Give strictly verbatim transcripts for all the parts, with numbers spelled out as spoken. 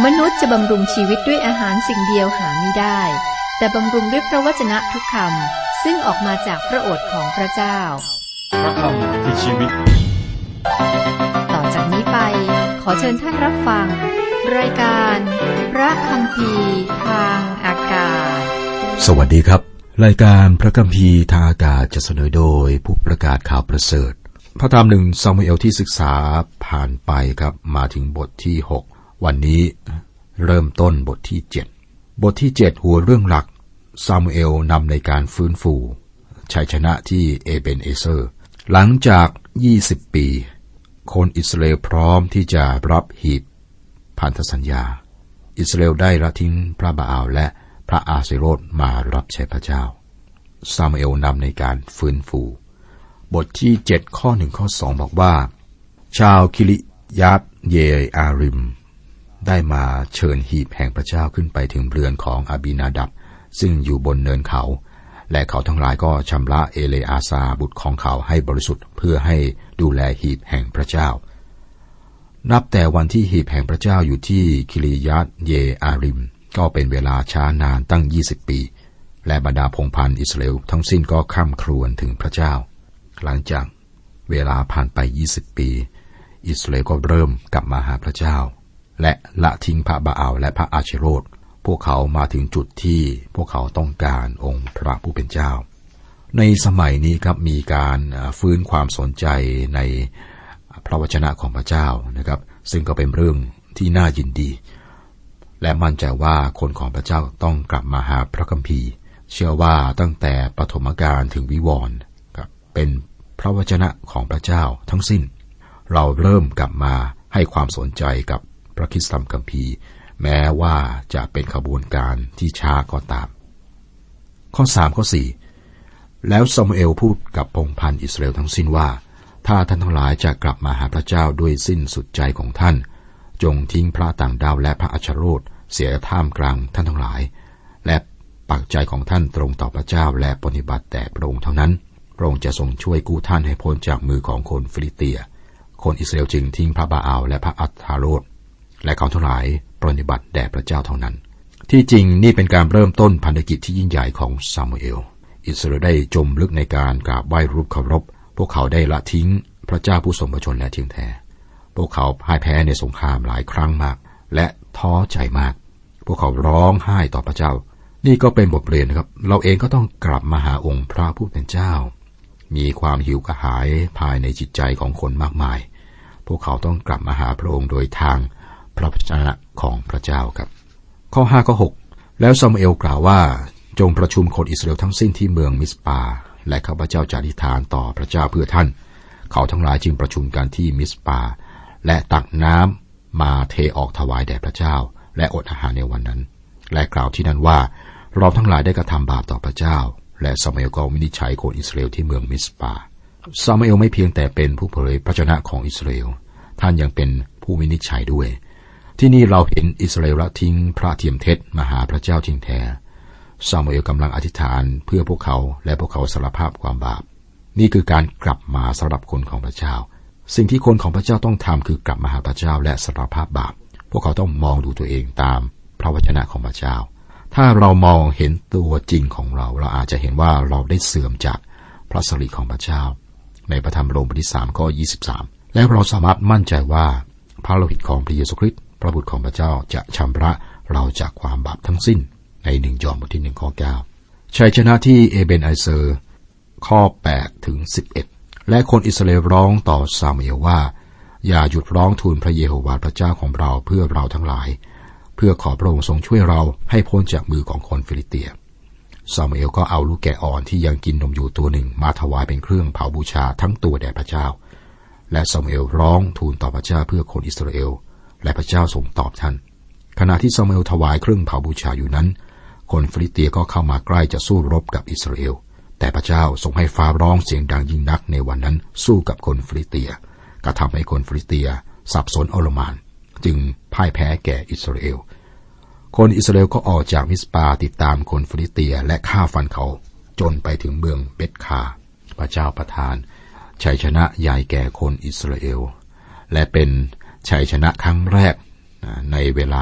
มนุษย์จะบำรุงชีวิตด้วยอาหารสิ่งเดียวหาไม่ได้แต่บำรุงด้วยพระวจนะทุกคำซึ่งออกมาจากพระโอษฐ์ของพระเจ้าพระคำคือชีวิตต่อจากนี้ไปขอเชิญท่านรับฟังรายการพระคัมภีร์ทางอากาศสวัสดีครับรายการพระคัมภีร์ทางอากาศจะเสนอโดยผู้ประกาศข่าวประเสริฐพระธรรมหนึ่งซามูเอลที่ศึกษาผ่านไปครับมาถึงบทที่หกวันนี้เริ่มต้นบทที่เจ็ดบทที่เจ็ดหัวเรื่องหลักซามูเอลนำในการฟื้นฟูชัยชนะที่เอเบนเอเซอร์หลังจากยี่สิบปีคนอิสราเอลพร้อมที่จะรับหีบพันธสัญญาอิสราเอลได้ละทิ้งพระบาอาลและพระอาเซโรตมารับใช้พระเจ้าซามูเอลนำในการฟื้นฟูบทที่เจ็ดข้อหนึ่งข้อสองบอกว่าชาวคิริยาตเยอาริมได้มาเชิญหีบแห่งพระเจ้าขึ้นไปถึงเรือนของอาบินาดับซึ่งอยู่บนเนินเขาและเขาทั้งหลายก็ชำระเอเลอาซาบุตรของเขาให้บริสุทธิ์เพื่อให้ดูแลหีบแห่งพระเจ้านับแต่วันที่หีบแห่งพระเจ้าอยู่ที่คิริยาตเยอาริมก็เป็นเวลาช้านานตั้งยี่สิบปีและบรรดาพงศ์พันธุ์อิสราเอลทั้งสิ้นก็คร่ำครวญถึงพระเจ้าหลังจากเวลาผ่านไปยี่สิบปีอิสราเอลก็เริ่มกลับมาหาพระเจ้าและละทิ้งพระบาอาลและพระอาเชโรตพวกเขามาถึงจุดที่พวกเขาต้องการองค์พระผู้เป็นเจ้าในสมัยนี้ครับมีการฟื้นความสนใจในพระวจนะของพระเจ้านะครับซึ่งก็เป็นเรื่องที่น่ายินดีและมั่นใจว่าคนของพระเจ้าต้องกลับมาหาพระคัมภีร์เชื่อว่าตั้งแต่ปฐมกาลถึงวิวรณ์ครับเป็นพระวจนะของพระเจ้าทั้งสิ้นเราเริ่มกลับมาให้ความสนใจกับพระคริสตธรรมคัมภีร์แม้ว่าจะเป็นขบวนการที่ช้าก็ตามข้อสามข้อสี่แล้วซามูเอลพูดกับพงศ์พันธุ์อิสราเอลทั้งสิ้นว่าถ้าท่านทั้งหลายจะกลับมาหาพระเจ้าด้วยสิ้นสุดใจของท่านจงทิ้งพระต่างดาวและพระอัชโรตเสียท่ามกลางท่านทั้งหลายและปักใจของท่านตรงต่อพระเจ้าและปฏิบัติแต่พระองค์เท่านั้นพระองค์จะทรงช่วยกู้ท่านให้พ้นจากมือของคนฟิลิสเตียคนอิสราเอลจึงทิ้งพระบาอาลและพระอัชโรตและเขาทั้งหลายปฏิบัติแด่พระเจ้าเท่านั้นที่จริงนี่เป็นการเริ่มต้นพันธกิจที่ยิ่งใหญ่ของซามูเอลอิสราเอลได้จมลึกในการกราบไหว้รูปเคารพพวกเขาได้ละทิ้งพระเจ้าผู้ทรงพระชนและเที่ยงแท้พวกเขาพ่ายแพ้ในสงครามหลายครั้งมากและท้อใจมากพวกเขาร้องไห้ต่อพระเจ้านี่ก็เป็นบทเรียนนะครับเราเองก็ต้องกลับมาหาองค์พระผู้เป็นเจ้ามีความหิวกระหายภายในจิตใจของคนมากมายพวกเขาต้องกลับมาหาพระองค์โดยทางพระวจนะของพระเจ้าครับข้อห้าข้อหกแล้วซามูเอลกล่าวว่าจงประชุมคนอิสราเอลทั้งสิ้นที่เมืองมิสปาและข้าพเจ้าจะอธิษฐานต่อพระเจ้าเพื่อท่านเขาทั้งหลายจึงประชุมกันที่มิสปาและตักน้ำมาเทออกถวายแด่พระเจ้าและอดอาหารในวันนั้นและกล่าวที่นั่นว่าเราทั้งหลายได้กระทำบาปต่อพระเจ้าและซามูเอลก็วินิจฉัยคนอิสราเอลที่เมืองมิสปาซามูเอลไม่เพียงแต่เป็นผู้เผยพระชนะของอิสราเอลท่านยังเป็นผู้วินิจฉัยด้วยที่นี่เราเห็นอิสราเอลละทิ้งพระเทียมเท็จมาหาพระเจ้าจริงแท้ซามูเอลกำลังอธิษฐานเพื่อพวกเขาและพวกเขาสารภาพความบาปนี่คือการกลับมาสำหรับคนของพระเจ้าสิ่งที่คนของพระเจ้าต้องทำคือกลับมาหาพระเจ้าและสารภาพบาปพวกเขาต้องมองดูตัวเองตามพระวจนะของพระเจ้าถ้าเรามองเห็นตัวจริงของเราเราอาจจะเห็นว่าเราได้เสื่อมจากพระสิริของพระเจ้าในพระธรรมโรมบทที่สามข้อยี่สิบสามและเราสามารถมั่นใจว่าพระโลหิตของพระเยซูคริสต์พระบุตรของพระเจ้าจะชำระเราจากความบาปทั้งสิ้นในหนึ่งยอห์นบทที่หนึ่งข้อเก้าชัยชนะที่เอเบนไอเซอร์ข้อแปดถึงสิบเอ็ดและคนอิสราเอลร้องต่อซามูเอลว่าอย่าหยุดร้องทูลพระเยโฮวาห์พระเจ้าของเราเพื่อเราทั้งหลายเพื่อขอพระองค์ทรงช่วยเราให้พ้นจากมือของคนฟิลิสเตียซามูเอลก็เอาลูกแกะอ่อนที่ยังกินนมอยู่ตัวหนึ่งมาถวายเป็นเครื่องเผาบูชาทั้งตัวแด่พระเจ้าและซามูเอลร้องทูลต่อพระเจ้าเพื่อคนอิสราเอลและพระเจ้าทรงตอบท่านขณะที่ซามูเอลถวายเครื่องเผาบูชาอยู่นั้นคนฟิลิสเตียก็เข้ามาใกล้จะสู้รบกับอิสราเอลแต่พระเจ้าทรงให้ฟ้าร้องเสียงดังยิ่งนักในวันนั้นสู้กับคนฟิลิสเตียกระทำให้คนฟิลิสเตียสับสนโอลหม่านจึงพ่ายแพ้แก่อิสราเอลคนอิสราเอลก็ออกจากมิสปาติดตามคนฟิลิสเตียและฆ่าฟันเขาจนไปถึงเมืองเบธคาพระเจ้าประทานชัยชนะใหญ่แก่คนอิสราเอลและเป็นชัยชนะครั้งแรกในเวลา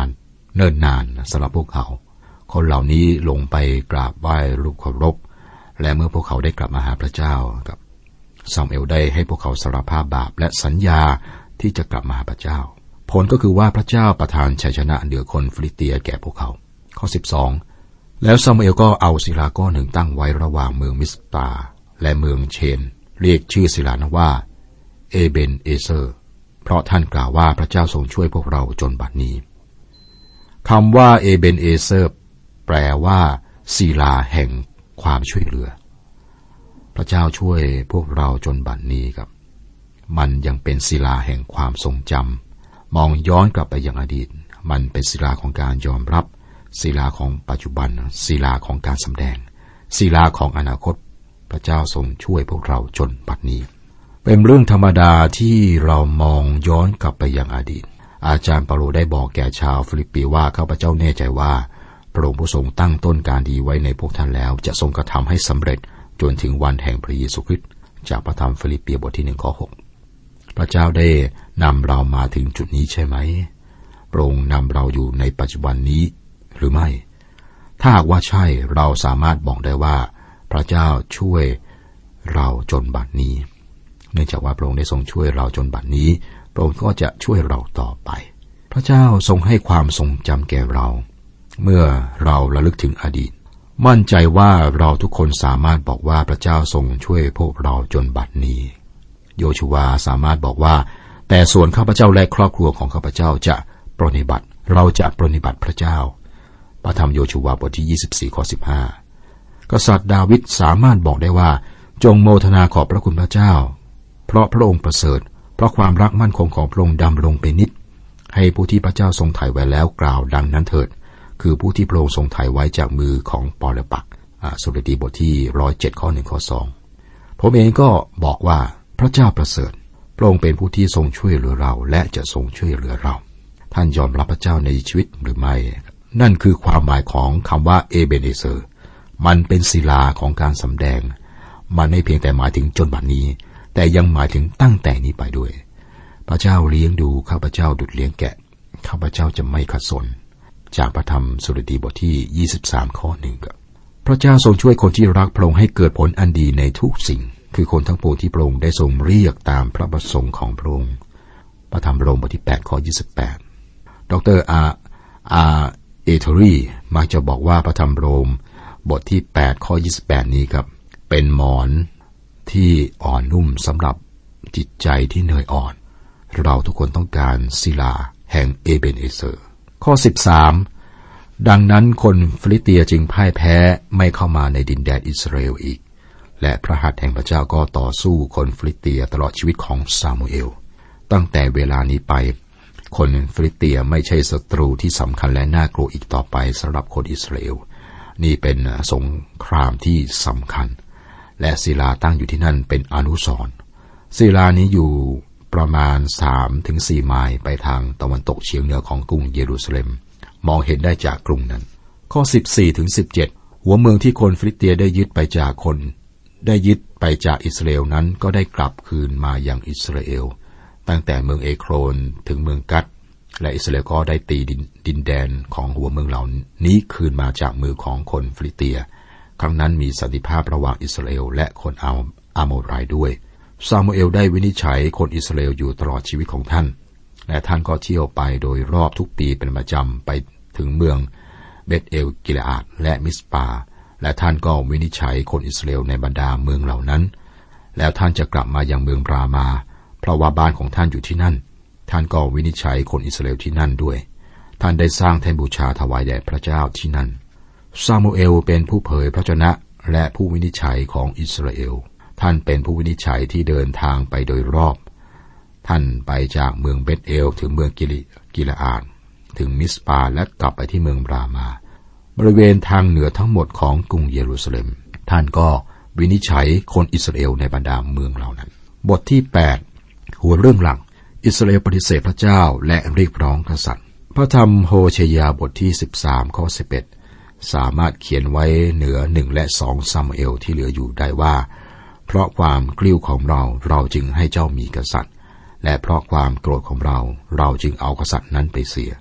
เนิ่นนานสำหรับพวกเขาคนเหล่านี้ลงไปกราบไหว้รูปเคารพและเมื่อพวกเขาได้กลับมาหาพระเจ้าครับซามูเอลได้ให้พวกเขาสารภาพบาปและสัญญาที่จะกลับมาหาพระเจ้าผลก็คือว่าพระเจ้าประทานชัยชนะเหนือคนฟิลิสเตียแก่พวกเขาข้อสิบสองแล้วซามูเอลก็เอาศิลาก้อนหนึ่งตั้งไว้ระหว่างเมืองมิสปาและเมืองเชนเรียกชื่อศิลานั้นว่าเอเบนเอเซอร์เพราะท่านกล่าวว่าพระเจ้าทรงช่วยพวกเราจนบัดนี้คำว่าเอเบนเอเซอร์แปลว่าศิลาแห่งความช่วยเหลือพระเจ้าช่วยพวกเราจนบัดนี้ครับมันยังเป็นศิลาแห่งความทรงจำมองย้อนกลับไปยังอดีตมันเป็นศิลาของการยอมรับศิลาของปัจจุบันศิลาของการสำแดงศิลาของอนาคตพระเจ้าทรงช่วยพวกเราจนบัดนี้เป็นเรื่องธรรมดาที่เรามองย้อนกลับไปยังอดีตอาจารย์เปาโลได้บอกแก่ชาวฟิลิปปีว่าข้าพเจ้าแน่ใจว่าพระองค์ผู้ทรงตั้งต้นการดีไว้ในพวกท่านแล้วจะทรงกระทำให้สำเร็จจนถึงวันแห่งพระเยซูคริสต์จากพระธรรมฟิลิปปีบทที่หนึ่งข้อหกพระเจ้าได้นำเรามาถึงจุดนี้ใช่ไหมพระองค์นำเราอยู่ในปัจจุบันนี้หรือไม่ถ้าหากว่าใช่เราสามารถบอกได้ว่าพระเจ้าช่วยเราจนบัดนี้เนื่องจากว่าพระองค์ได้ทรงช่วยเราจนบัดนี้พระองค์ก็จะช่วยเราต่อไปพระเจ้าทรงให้ความทรงจำแก่เราเมื่อเราระลึกถึงอดีตมั่นใจว่าเราทุกคนสามารถบอกว่าพระเจ้าทรงช่วยพวกเราจนบัดนี้โยชูวาสามารถบอกว่าแต่ส่วนข้าพเจ้าและครอบครัวของข้าพเจ้าจะปรนนิบัติเราจะปรนนิบัติพระเจ้าพระธรรมโยชูวาบทที่ยี่สิบสี่ข้อสิบห้ากษัตริย์ดาวิดสามารถบอกได้ว่าจงโมทนาขอบพระคุณพระเจ้าเพราะพระองค์ประเสริฐเพราะความรักมั่นคงของพระองค์ดำรงเป็นนิจให้ผู้ที่พระเจ้าทรงไถ่ไว้แล้วกล่าวดังนั้นเถิดคือผู้ที่พระองค์ทรงไถ่ไว้จากมือของปอลปักสุรดีบทที่หนึ่งร้อยเจ็ดข้อหนึ่งข้อสองผมเองก็บอกว่าพระเจ้าประเสริฐพระองค์เป็นผู้ที่ทรงช่วยเหลือเราและจะทรงช่วยเหลือเราท่านยอมรับพระเจ้าในชีวิตหรือไม่นั่นคือความหมายของคำว่าเอเบเนเซอร์มันเป็นศิลาของการสำแดงมันไม่เพียงแต่หมายถึงจนบัดนี้แต่ยังหมายถึงตั้งแต่นี้ไปด้วยพระเจ้าเลี้ยงดูข้าพเจ้าดุจเลี้ยงแกะข้าพเจ้าจะไม่ขัดสนจากพระธรรมสุรดีบทที่ยี่สิบสามข้อหนึ่งครับพระเจ้าทรงช่วยคนที่รักพระองค์ให้เกิดผลอันดีในทุกสิ่งคือคนทั้งปวงที่พระองค์ได้ทรงเรียกตามพระประสงค์ของพระองค์พระธรรมโรมบทที่แปดข้อยี่สิบแปดดรอาอาเอเทอรีมักจะบอกว่าพระธรรมโรมบทที่แปดข้อยี่สิบแปดนี้ครับเป็นหมอนที่อ่อนนุ่มสำหรับจิตใจที่เหนื่อยอ่อนเราทุกคนต้องการศิลาแห่งเอเบนเอเซอร์ข้อสิบสามดังนั้นคนฟิลิสเตียจึงพ่ายแพ้ไม่เข้ามาในดินแดนอิสราเอลอีกและพระหัตถ์แห่งพระเจ้าก็ต่อสู้คนฟิลิสเตียตลอดชีวิตของซามูเอลตั้งแต่เวลานี้ไปคนฟิลิสเตียไม่ใช่ศัตรูที่สำคัญและน่ากลัวอีกต่อไปสำหรับคนอิสราเอลนี่เป็นสงครามที่สำคัญและศิลาตั้งอยู่ที่นั่นเป็นอนุสรณ์ศิลานี้อยู่ประมาณ สามถึงสี่ ไมล์ไปทางตะวันตกเฉียงเหนือของกรุงเยรูซาเล็มมองเห็นได้จากกรุงนั้นข้อสิบสี่ถึงสิบเจ็ดหัวเมืองที่คนฟิลิสเตียได้ยึดไปจากคนได้ยึดไปจากอิสราเอลนั้นก็ได้กลับคืนมายังอิสราเอลตั้งแต่เมืองเอโครนถึงเมืองกัดและอิสราเอลก็ได้ตีดิน, ดินแดนของหัวเมืองเหล่านี้คืนมาจากมือของคนฟิลิสเตียครั้งนั้นมีสันติภาพระหว่างอิสราเอลและคนอาอาโมไรด้วยซามูเอลได้วินิจฉัยคนอิสราเอลอยู่ตลอดชีวิตของท่านและท่านก็เที่ยวไปโดยรอบทุกปีเป็นประจำไปถึงเมืองเบธเอลกิเลอาดและมิสปาและท่านก็วินิจฉัยคนอิสราเอลในบรรดาเมืองเหล่านั้นแล้วท่านจะกลับมายังเมืองรามาเพราะว่าบ้านของท่านอยู่ที่นั่นท่านก็วินิจฉัยคนอิสราเอลที่นั่นด้วยท่านได้สร้างแท่นบูชาถวายแด่พระเจ้าที่นั่นซามูเอลเป็นผู้เผยพระชนะและผู้วินิจฉัยของอิสราเอลท่านเป็นผู้วินิจฉัยที่เดินทางไปโดยรอบท่านไปจากเมืองเบธเอลถึงเมืองกิเลอาดถึงมิสปาและกลับไปที่เมืองรามาบริเวณทางเหนือทั้งหมดของกรุงเยรูซาเล็มท่านก็วินิจฉัยคนอิสราเอลในบรรดาเมืองเหล่านั้นบทที่แปดหัวเรื่องหลังอิสราเอลปฏิเสธพระเจ้าและเรียกร้องกษัตริย์พระธรรมโฮเชยาบทที่สิบสามข้อสิบเอ็ดสามารถเขียนไว้เหนือหนึ่งและสองซามูเอลที่เหลืออยู่ได้ว่าเพราะความกลิ้วของเราเราจึงให้เจ้ามีกษัตริย์และเพราะความโกรธของเราเราจึงเอากษัตริย์นั้นไปเสีย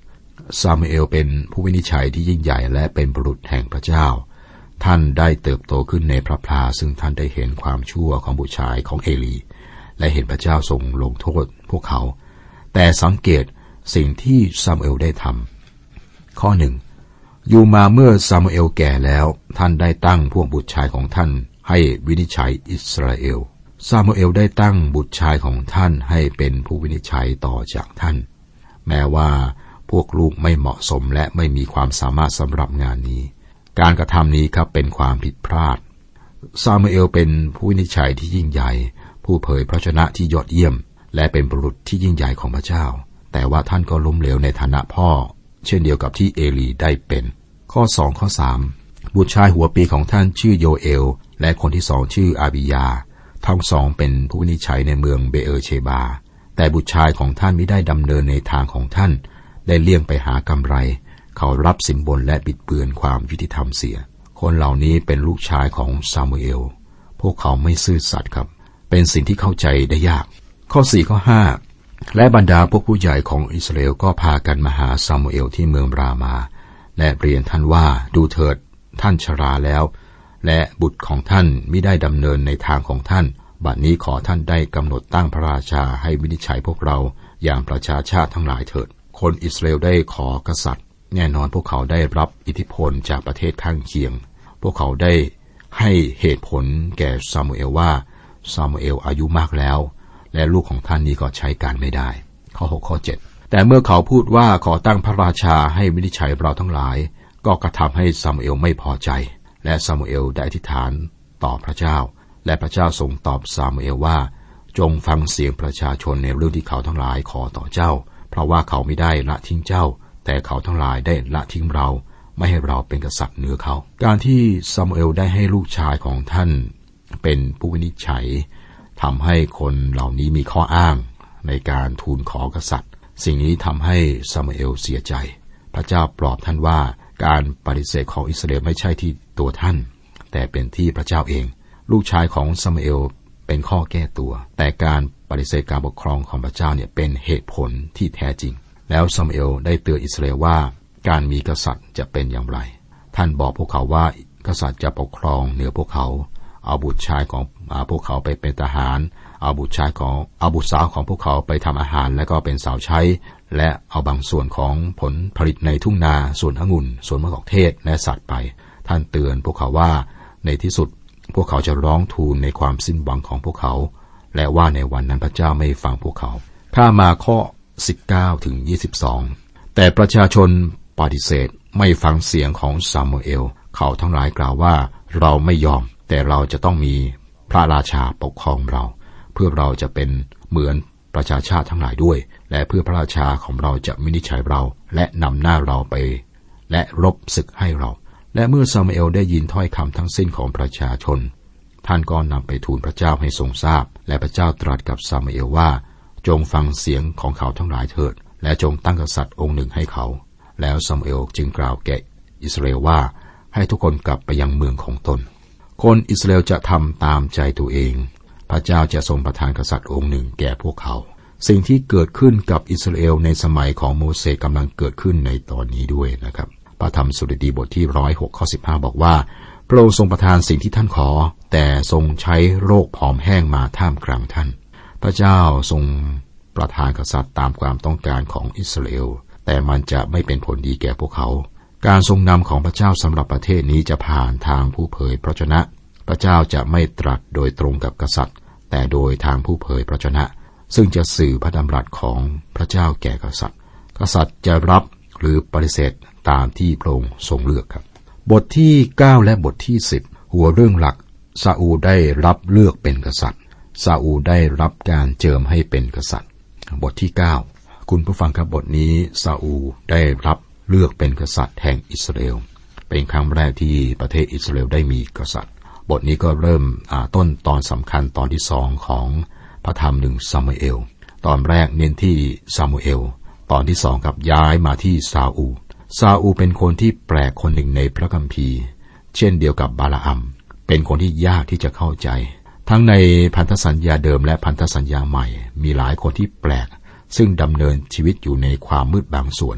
ซามูเอลเป็นผู้วินิจฉัยที่ยิ่งใหญ่และเป็นบุรุษแห่งพระเจ้าท่านได้เติบโตขึ้นในพระพลาซึ่งท่านได้เห็นความชั่วของบุตรชายของเอลีและเห็นพระเจ้าทรงลงโทษพวกเขาแต่สังเกตสิ่งที่ซามูเอลได้ทำข้อหนึ่งอยู่มาเมื่อซามูเอลแก่แล้วท่านได้ตั้งพวกบุตรชายของท่านให้วินิจฉัยอิสราเอลซามูเอลได้ตั้งบุตรชายของท่านให้เป็นผู้วินิจฉัยต่อจากท่านแม้ว่าพวกลูกไม่เหมาะสมและไม่มีความสามารถสำหรับงานนี้การกระทำนี้ครับเป็นความผิดพลาดซามูเอลเป็นผู้วินิจฉัยที่ยิ่งใหญ่ผู้เผยพระชนะที่ยอดเยี่ยมและเป็นบุรุษที่ยิ่งใหญ่ของพระเจ้าแต่ว่าท่านก็ล้มเหลวในฐานะพ่อเช่นเดียวกับที่เอลีได้เป็นข้อสองข้อสามบุตรชายหัวปีของท่านชื่อโยเอลและคนที่สองชื่ออาบิยาทั้งสองเป็นผู้วินิจฉัยในเมืองเบเออเชบาแต่บุตรชายของท่านมิได้ดำเนินในทางของท่านได้เลี่ยงไปหากำไรเขารับสินบนและบิดเบือนความยุติธรรมเสียคนเหล่านี้เป็นลูกชายของซามูเอลพวกเขาไม่ซื่อสัตย์ครับเป็นสิ่งที่เข้าใจได้ยากข้อสี่ข้อห้าและบรรดาพวกผู้ใหญ่ของอิสราเอลก็พากันมาหาซามูเอลที่เมืองรามาและเรียนท่านว่าดูเถิดท่านชราแล้วและบุตรของท่านมิได้ดำเนินในทางของท่านบัดนี้ขอท่านได้กำหนดตั้งพระราชาให้วินิจฉัยพวกเราอย่างประชาชาติทั้งหลายเถิดคนอิสราเอลได้ขอกษัตริย์แน่นอนพวกเขาได้รับอิทธิพลจากประเทศข้างเคียงพวกเขาได้ให้เหตุผลแก่ซามูเอลว่าซามูเอลอายุมากแล้วและลูกของท่านนี้ก็ใช้การไม่ได้ข้อหกข้อเจ็ดแต่เมื่อเขาพูดว่าขอตั้งพระราชาให้วินิจฉัยเราทั้งหลายก็กระทำให้ซามูเอลไม่พอใจและซามูเอลได้อธิษฐานต่อพระเจ้าและพระเจ้าทรงตอบซามูเอลว่าจงฟังเสียงประชาชนในเรื่องที่เขาทั้งหลายขอต่อเจ้าเพราะว่าเขาไม่ได้ละทิ้งเจ้าแต่เขาทั้งหลายได้ละทิ้งเราไม่ให้เราเป็นกษัตริย์เหนือเขาการที่ซามูเอลได้ให้ลูกชายของท่านเป็นผู้วินิจฉัยทำให้คนเหล่านี้มีข้ออ้างในการทูลขอกษัตริย์สิ่งนี้ทำให้ซามูเอลเสียใจพระเจ้าปลอบท่านว่าการปฏิเสธของอิสราเอลไม่ใช่ที่ตัวท่านแต่เป็นที่พระเจ้าเองลูกชายของซามูเอลเป็นข้อแก้ตัวแต่การปฏิเสธการปกครองของพระเจ้าเนี่ยเป็นเหตุผลที่แท้จริงแล้วซามูเอลได้เตือนอิสราเอลว่าการมีกษัตริย์จะเป็นอย่างไรท่านบอกพวกเขาว่ากษัตริย์จะปกครองเหนือพวกเขาเอาบุตรชายของพวกเขาไปเป็นทหารเอาบุตรชายของเอาบุตรสาวของพวกเขาไปทำอาหารและก็เป็นสาวใช้และเอาบางส่วนของผลผลิตในทุ่งนาส่วนองุ่นส่วนมะกอกเทศและสัตว์ไปท่านเตือนพวกเขาว่าในที่สุดพวกเขาจะร้องทูลในความสิ้นหวังของพวกเขาและว่าในวันนั้นพระเจ้าไม่ฟังพวกเขาข้ามาข้อสิบเก้าถึงยี่สิบสองแต่ประชาชนปฏิเสธไม่ฟังเสียงของซามูเอลเขาทั้งหลายกล่าวว่าเราไม่ยอมแต่เราจะต้องมีพระราชาปกครองเราเพื่อเราจะเป็นเหมือนประชาชาติทั้งหลายด้วยและเพื่อพระราชาของเราจะวินิจฉัยเราและนำหน้าเราไปและรบศึกให้เราและเมื่อซามูเอลได้ยินถ้อยคำทั้งสิ้นของประชาชนท่านก็นำไปทูลพระเจ้าให้ทรงทราบและพระเจ้าตรัสกับซามูเอลว่าจงฟังเสียงของเขาทั้งหลายเถิดและจงตั้งกษัตริย์องค์หนึ่งให้เขาแล้วซามูเอลจึงกล่าวแก่อิสราเอลว่าให้ทุกคนกลับไปยังเมืองของตนคนอิสราเอลจะทำตามใจตัวเองพระเจ้าจะทรงประทานกษัตริย์องค์หนึ่งแก่พวกเขาสิ่งที่เกิดขึ้นกับอิสราเอลในสมัยของโมเสสกำลังเกิดขึ้นในตอนนี้ด้วยนะครับพระธรรมสดุดีบทที่หนึ่งร้อยหกข้อสิบห้าบอกว่าพระองค์ทรงประทานสิ่งที่ท่านขอแต่ทรงใช้โรคผอมแห้งมาท่ามกลางท่านพระเจ้าทรงประทานกษัตริย์ตามความต้องการของอิสราเอลแต่มันจะไม่เป็นผลดีแก่พวกเขาการทรงนำของพระเจ้าสำหรับประเทศนี้จะผ่านทางผู้เผยพระชนะพระเจ้าจะไม่ตรัสโดยตรงกับกษัตริย์แต่โดยทางผู้เผยพระชนะซึ่งจะสื่อพระดำรัสของพระเจ้าแก่กษัตริย์กษัตริย์จะรับหรือปฏิเสธตามที่พระองค์ทรงเลือกครับบทที่เก้าและบทที่สิบหัวเรื่องหลักซาอูลได้รับเลือกเป็นกษัตริย์ซาอูลได้รับการเจิมให้เป็นกษัตริย์บทที่เก้าคุณผู้ฟังครับบทนี้ซาอูลได้รับเลือกเป็นกษัตริย์แห่งอิสราเอลเป็นครั้งแรกที่ประเทศอิสราเอลได้มีกษัตริย์บทนี้ก็เริ่มต้นตอนสำคัญตอนที่สองของพระธรรมหนึ่งซามูเอลตอนแรกเน้นที่ซามูเอลตอนที่สองกับย้ายมาที่ซาอูลซาอูลเป็นคนที่แปลกคนหนึ่งในพระคัมภีร์เช่นเดียวกับบาลาอัมเป็นคนที่ยากที่จะเข้าใจทั้งในพันธสัญญาเดิมและพันธสัญญาใหม่มีหลายคนที่แปลกซึ่งดำเนินชีวิตอยู่ในความมืดบางส่วน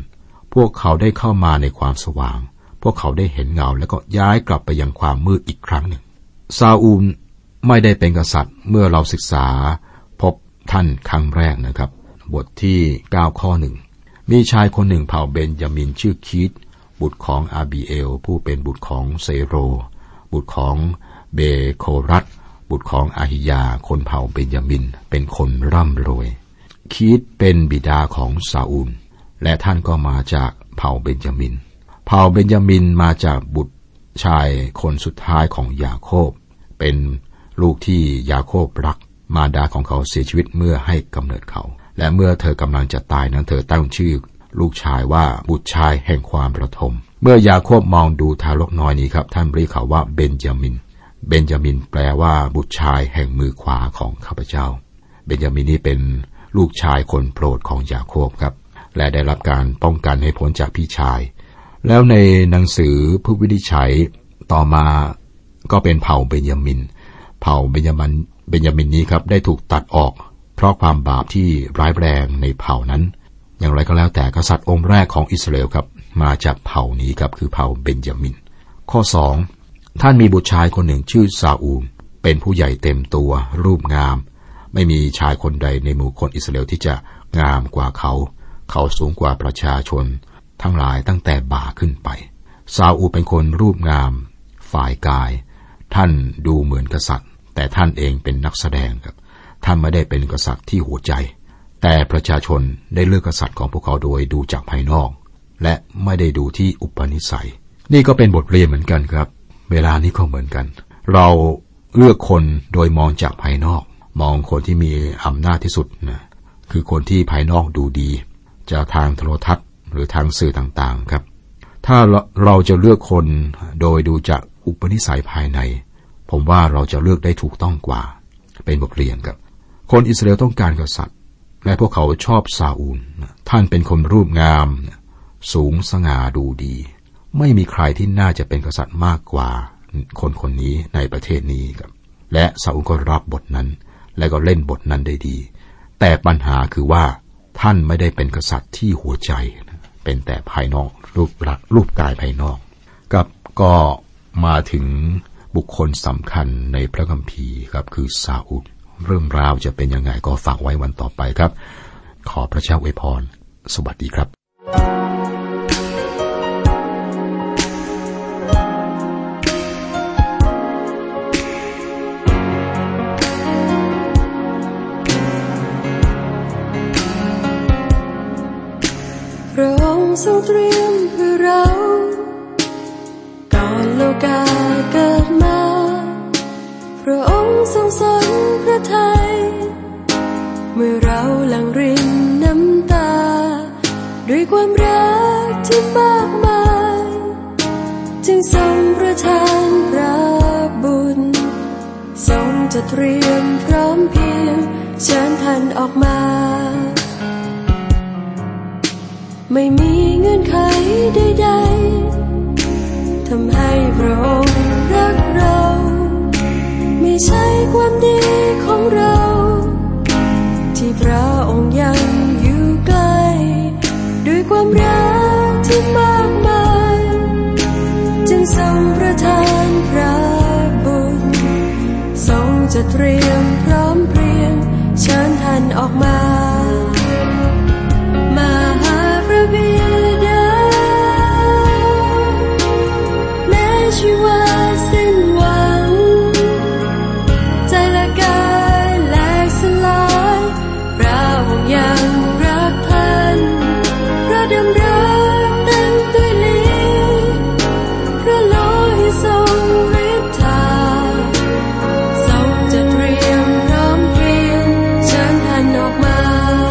พวกเขาได้เข้ามาในความสว่างพวกเขาได้เห็นเงาแล้วก็ย้ายกลับไปยังความมืดอีกครั้งหนึ่งซาอูลไม่ได้เป็นกษัตริย์เมื่อเราศึกษาพบท่านครั้งแรกนะครับบทที่เก้าข้อหนึ่งมีชายคนหนึ่งเผ่าเบนยามินชื่อคีตบุตรของอาบีเอลผู้เป็นบุตรของเซโรบุตรของเบโครัตบุตรของอาฮิยาคนเผ่าเบนยามินเป็นคนร่ำรวยคีตเป็นบิดาของซาอูลและท่านก็มาจากเผ่าเบนยามินเผ่าเบนยามินมาจากบุตรชายคนสุดท้ายของยาโคบเป็นลูกที่ยาโคบรักมารดาของเขาเสียชีวิตเมื่อให้กำเนิดเขาและเมื่อเธอกำลังจะตายนั้นเธอตั้งชื่อลูกชายว่าบุตรชายแห่งความระทมเมื่อยาโคบมองดูทารกน้อยนี้ครับท่านเรียกเขาว่าเบนจามินเบนจามินแปลว่าบุตรชายแห่งมือขวาของข้าพเจ้าเบนจามินนี้เป็นลูกชายคนโปรดของยาโคบครับและได้รับการป้องกันให้พ้นจากพี่ชายแล้วในหนังสือผู้วินิจฉัยต่อมาก็เป็นเผ่าเบนยามินเผ่าเบนยามินเบนยามินนี้ครับได้ถูกตัดออกเพราะความบาปที่ร้ายแรงในเผ่านั้นอย่างไรก็แล้วแต่กษัตริย์องค์แรกของอิสราเอลครับมาจากเผ่านี้ครับคือเผ่าเบนยามินข้อสองท่านมีบุตรชายคนหนึ่งชื่อซาอูลเป็นผู้ใหญ่เต็มตัวรูปงามไม่มีชายคนใดในหมู่คนอิสราเอลที่จะงามกว่าเขาเขาสูงกว่าประชาชนทั้งหลายตั้งแต่บ่าขึ้นไปซาอูลเป็นคนรูปงามฝ่ายกายท่านดูเหมือนกษัตริย์แต่ท่านเองเป็นนักแสดงครับท่านไม่ได้เป็นกษัตริย์ที่หัวใจแต่ประชาชนได้เลือกกษัตริย์ของพวกเขาโดยดูจากภายนอกและไม่ได้ดูที่อุปนิสัยนี่ก็เป็นบทเรียนเหมือนกันครับเวลานี้ก็เหมือนกันเราเลือกคนโดยมองจากภายนอกมองคนที่มีอำนาจที่สุดนะคือคนที่ภายนอกดูดีจะทางโทรทัศน์หรือทางสื่อต่างๆครับถ้าเราจะเลือกคนโดยดูจากอุปนิสัยภายในผมว่าเราจะเลือกได้ถูกต้องกว่าเป็นบทเรียนครับคนอิสราเอลต้องการกษัตริย์และพวกเขาชอบซาอูลท่านเป็นคนรูปงามสูงสง่าดูดีไม่มีใครที่น่าจะเป็นกษัตริย์มากกว่าคนคนนี้ในประเทศนี้ครับและซาอูลก็รับบทนั้นและก็เล่นบทนั้นได้ดีแต่ปัญหาคือว่าท่านไม่ได้เป็นกษัตริย์ที่หัวใจเป็นแต่ภายนอกรูปลักษณ์รูปกายภายนอกกับก็มาถึงบุคคลสำคัญในพระคัมภีร์ครับคือซาอูลเรื่องราวจะเป็นยังไงก็ฝากไว้วันต่อไปครับขอพระเจ้าอวยพรสวัสดีครับพระองค์ทรงเตรียมเพื่อเราก่อนโลกาเกิดมาพระองค์ทรงสนพระทัยเมื่อเราหลั่งรินน้ำตาด้วยความรักที่มากมายจึงทรงประทานพระบุญทรงจะเตรียมพร้อมเพียงเชิญท่านออกมาไม่มีเงื่อนไขใดๆทำให้พระองค์รักเราไม่ใช่ความดีของเราที่พระองค์ยังอยู่ใกล้ด้วยความรักที่มากมายจึงทรงประทานพระบุญทรงจะเตรียมพร้อมเพรียงเชิญท่านออกมามาหาพระบิดาแม้ชีวาสิ้นหวังใจและกายแหลกสลายพระองค์ยังรักท่านพระดำรักเต็มด้วยฤทธิ์พระโลหิตทรงฤทธาทรงจะเตรียมพร้อมเพรียงเชิญท่านออกมา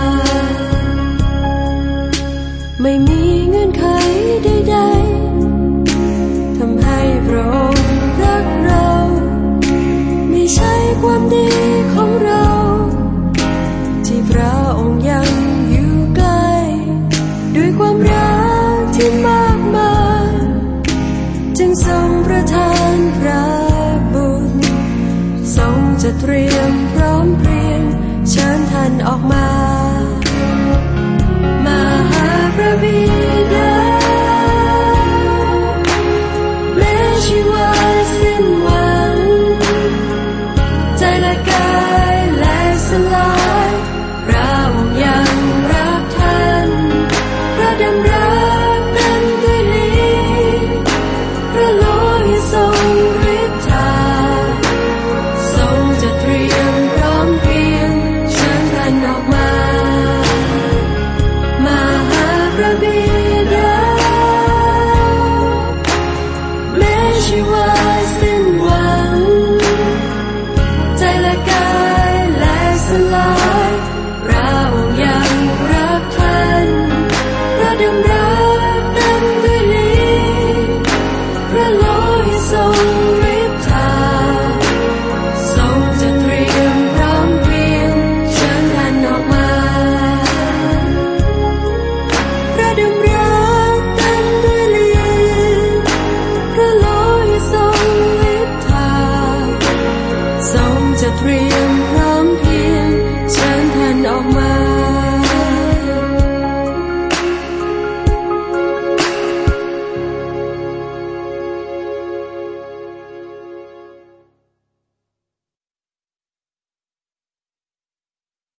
ไม่มีเงื่อนไขใดๆทำให้พระองค์รักเราไม่ใช่ความดีของเราที่พระองค์ยังอยู่ใกล้ด้วยความรักที่มากมายจึงทรงประทานพระบุญทรงจะเตรียมพร้อมเพรียงเชิญท่านออกมามาหาพระบิดาดำร